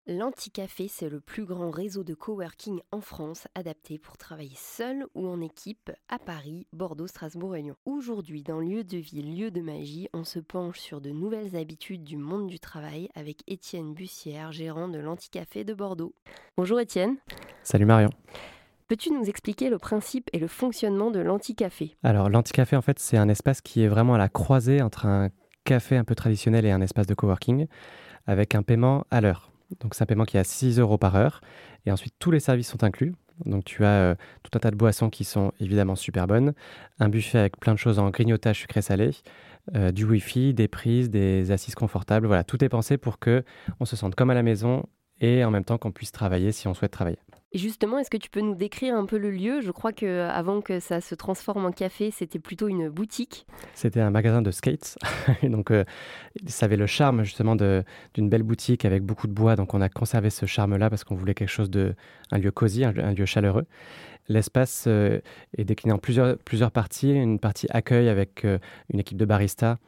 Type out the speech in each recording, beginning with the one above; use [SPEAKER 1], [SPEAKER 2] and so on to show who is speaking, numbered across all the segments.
[SPEAKER 1] L'Anticafé, c'est le plus grand réseau de coworking en France, adapté pour travailler seul ou en équipe à Paris, Bordeaux, Strasbourg et Lyon. Aujourd'hui, dans Lieu de vie, lieu de magie, on se penche sur de nouvelles habitudes du monde du travail avec Étienne Bussière, gérant de l'Anticafé de Bordeaux. Bonjour Étienne.
[SPEAKER 2] Salut Marion.
[SPEAKER 1] Peux-tu nous expliquer le principe et le fonctionnement de l'Anticafé ?
[SPEAKER 2] Alors l'Anticafé en fait c'est un espace qui est vraiment à la croisée entre un café un peu traditionnel et un espace de coworking avec un paiement à l'heure. Donc c'est un paiement qui est à 6 euros par heure et ensuite tous les services sont inclus. Donc tu as tout un tas de boissons qui sont évidemment super bonnes, un buffet avec plein de choses en grignotage sucré-salé, du wifi, des prises, des assises confortables. Voilà, tout est pensé pour que on se sente comme à la maison et en même temps qu'on puisse travailler si on souhaite travailler.
[SPEAKER 1] Et justement, est-ce que tu peux nous décrire un peu le lieu ? Je crois qu'avant que ça se transforme en café, c'était plutôt une boutique.
[SPEAKER 2] C'était un magasin de skates. Et donc, ça avait le charme justement d'une belle boutique avec beaucoup de bois. Donc, on a conservé ce charme-là parce qu'on voulait quelque chose un lieu cosy, un lieu chaleureux. L'espace est décliné en plusieurs parties. Une partie accueil avec une équipe de baristas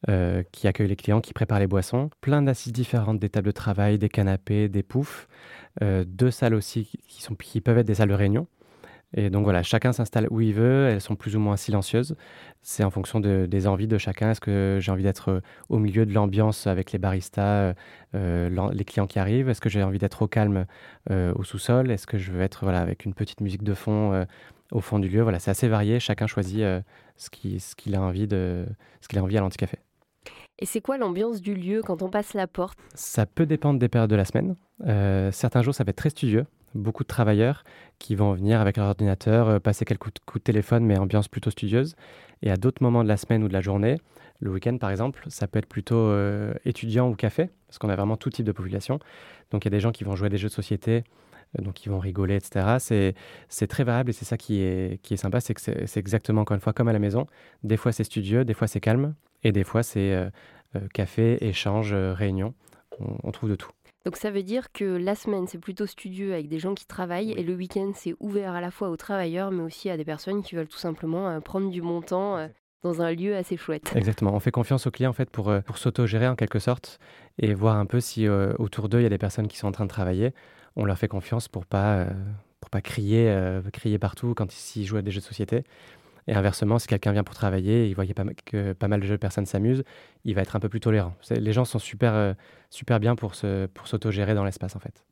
[SPEAKER 2] qui accueille les clients, qui prépare les boissons. Plein d'assises différentes, des tables de travail, des canapés, des poufs. Deux salles aussi qui peuvent être des salles de réunion. Et donc voilà, chacun s'installe où il veut, elles sont plus ou moins silencieuses. C'est en fonction des envies de chacun. Est-ce que j'ai envie d'être au milieu de l'ambiance avec les baristas, les clients qui arrivent? Est-ce que j'ai envie d'être au calme au sous-sol? Est-ce que je veux être avec une petite musique de fond au fond du lieu? Voilà, c'est assez varié. Chacun choisit ce qu'il a envie à l'Anticafé.
[SPEAKER 1] Et c'est quoi l'ambiance du lieu quand on passe la porte ?
[SPEAKER 2] Ça peut dépendre des périodes de la semaine. Certains jours, ça va être très studieux. Beaucoup de travailleurs qui vont venir avec leur ordinateur, passer quelques coups de téléphone, mais ambiance plutôt studieuse. Et à d'autres moments de la semaine ou de la journée, le week-end par exemple, ça peut être plutôt étudiant ou café, parce qu'on a vraiment tout type de population. Donc il y a des gens qui vont jouer à des jeux de société, donc ils vont rigoler, etc. C'est très variable et c'est ça qui est sympa, c'est que c'est exactement encore une fois comme à la maison. Des fois c'est studieux, des fois c'est calme, et des fois c'est café, échange, réunion. On trouve de tout.
[SPEAKER 1] Donc ça veut dire que la semaine, c'est plutôt studieux avec des gens qui travaillent et le week-end, c'est ouvert à la fois aux travailleurs, mais aussi à des personnes qui veulent tout simplement prendre du bon temps dans un lieu assez chouette.
[SPEAKER 2] Exactement. On fait confiance aux clients en fait pour s'auto-gérer en quelque sorte et voir un peu si autour d'eux il y a des personnes qui sont en train de travailler. On leur fait confiance pour pas crier partout quand s'ils jouent à des jeux de société. Et inversement, si quelqu'un vient pour travailler et il voit que pas mal de personnes s'amusent, il va être un peu plus tolérant. Les gens sont super bien pour s'auto-gérer dans l'espace en fait.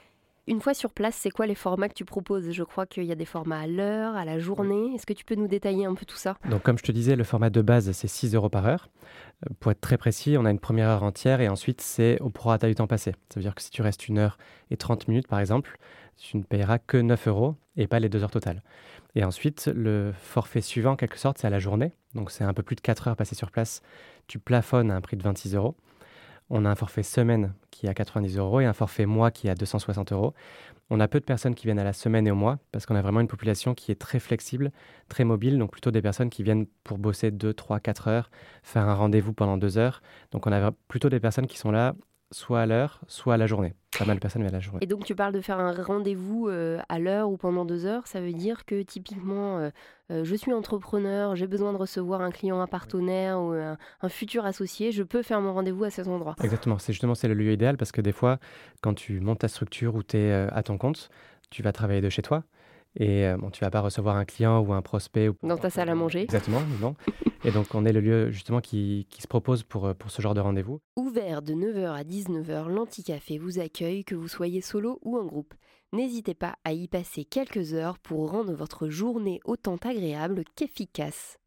[SPEAKER 1] Une fois sur place, c'est quoi les formats que tu proposes ? Je crois qu'il y a des formats à l'heure, à la journée. Est-ce que tu peux nous détailler un peu tout ça ?
[SPEAKER 2] Donc comme je te disais, le format de base c'est 6 euros par heure. Pour être très précis, on a une première heure entière et ensuite c'est au prorata du temps passé. Ça veut dire que si tu restes 1 heure et 30 minutes par exemple, tu ne payeras que 9 euros et pas les 2 heures totales. Et ensuite, le forfait suivant, en quelque sorte, c'est à la journée. Donc c'est un peu plus de 4 heures passées sur place. Tu plafonnes à un prix de 26 euros. On a un forfait semaine qui est à 90 euros et un forfait mois qui est à 260 euros. On a peu de personnes qui viennent à la semaine et au mois parce qu'on a vraiment une population qui est très flexible, très mobile. Donc plutôt des personnes qui viennent pour bosser 2, 3, 4 heures, faire un rendez-vous pendant 2 heures. Donc on a plutôt des personnes qui sont là soit à l'heure, soit à la journée. Pas mal de personnes viennent à la journée.
[SPEAKER 1] Et donc tu parles de faire un rendez-vous à l'heure ou pendant 2 heures. Ça veut dire que typiquement, je suis entrepreneur, j'ai besoin de recevoir un client, un partenaire ou un futur associé. Je peux faire mon rendez-vous à cet endroit.
[SPEAKER 2] Exactement, c'est le lieu idéal parce que des fois, quand tu montes ta structure ou tu es à ton compte, tu vas travailler de chez toi et bon, tu vas pas recevoir un client ou un prospect.
[SPEAKER 1] Dans ta salle à manger.
[SPEAKER 2] Exactement, non. Et donc, on est le lieu justement qui se propose pour ce genre de rendez-vous.
[SPEAKER 1] Ouvert de 9h à 19h, l'Anticafé vous accueille, que vous soyez solo ou en groupe. N'hésitez pas à y passer quelques heures pour rendre votre journée autant agréable qu'efficace.